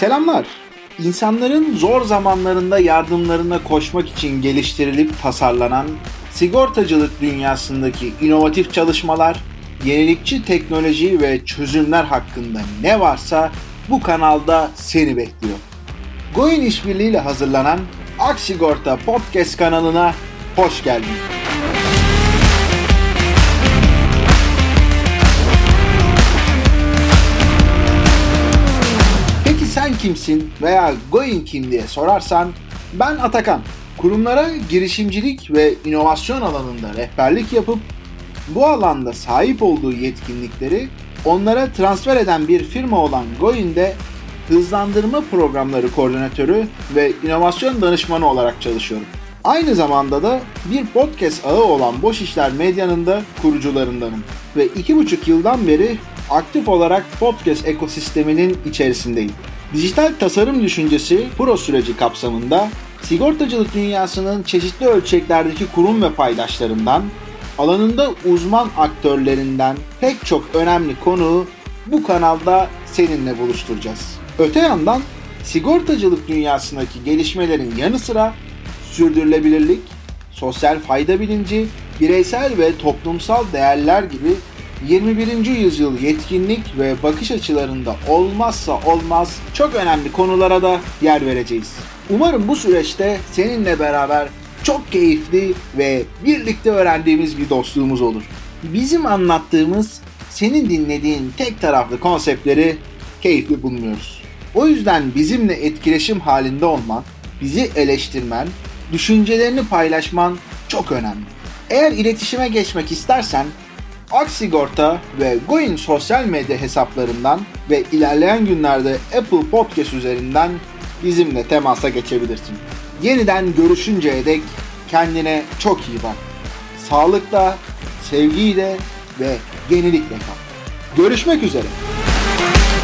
Selamlar. İnsanların zor zamanlarında yardımlarına koşmak için geliştirilip tasarlanan sigortacılık dünyasındaki inovatif çalışmalar, yenilikçi teknoloji ve çözümler hakkında ne varsa bu kanalda seni bekliyor. Goin işbirliğiyle hazırlanan Aksigorta Podcast kanalına hoş geldin. Peki sen kimsin veya Goin kim diye sorarsan, ben Atakan. Kurumlara girişimcilik ve inovasyon alanında rehberlik yapıp bu alanda sahip olduğu yetkinlikleri onlara transfer eden bir firma olan Goin'de hızlandırma programları koordinatörü ve inovasyon danışmanı olarak çalışıyorum. Aynı zamanda da bir podcast ağı olan Boş İşler Medya'nın da kurucularındanım ve 2,5 yıldan beri aktif olarak podcast ekosisteminin içerisindeyim. Dijital tasarım düşüncesi pro süreci kapsamında sigortacılık dünyasının çeşitli ölçeklerdeki kurum ve paydaşlarından, alanında uzman aktörlerinden pek çok önemli konuğu bu kanalda seninle buluşturacağız. Öte yandan sigortacılık dünyasındaki gelişmelerin yanı sıra sürdürülebilirlik, sosyal fayda bilinci, bireysel ve toplumsal değerler gibi 21. yüzyıl yetkinlik ve bakış açılarında olmazsa olmaz çok önemli konulara da yer vereceğiz. Umarım bu süreçte seninle beraber çok keyifli ve birlikte öğrendiğimiz bir dostluğumuz olur. Bizim anlattığımız, senin dinlediğin tek taraflı konseptleri keyifli bulmuyoruz. O yüzden bizimle etkileşim halinde olman, bizi eleştirmen, düşüncelerini paylaşman çok önemli. Eğer iletişime geçmek istersen, Aksigorta ve Goin sosyal medya hesaplarından ve ilerleyen günlerde Apple Podcast üzerinden bizimle temasa geçebilirsin. Yeniden görüşünceye dek kendine çok iyi bak. Sağlıkla, sevgiyle ve yenilikle kal. Görüşmek üzere.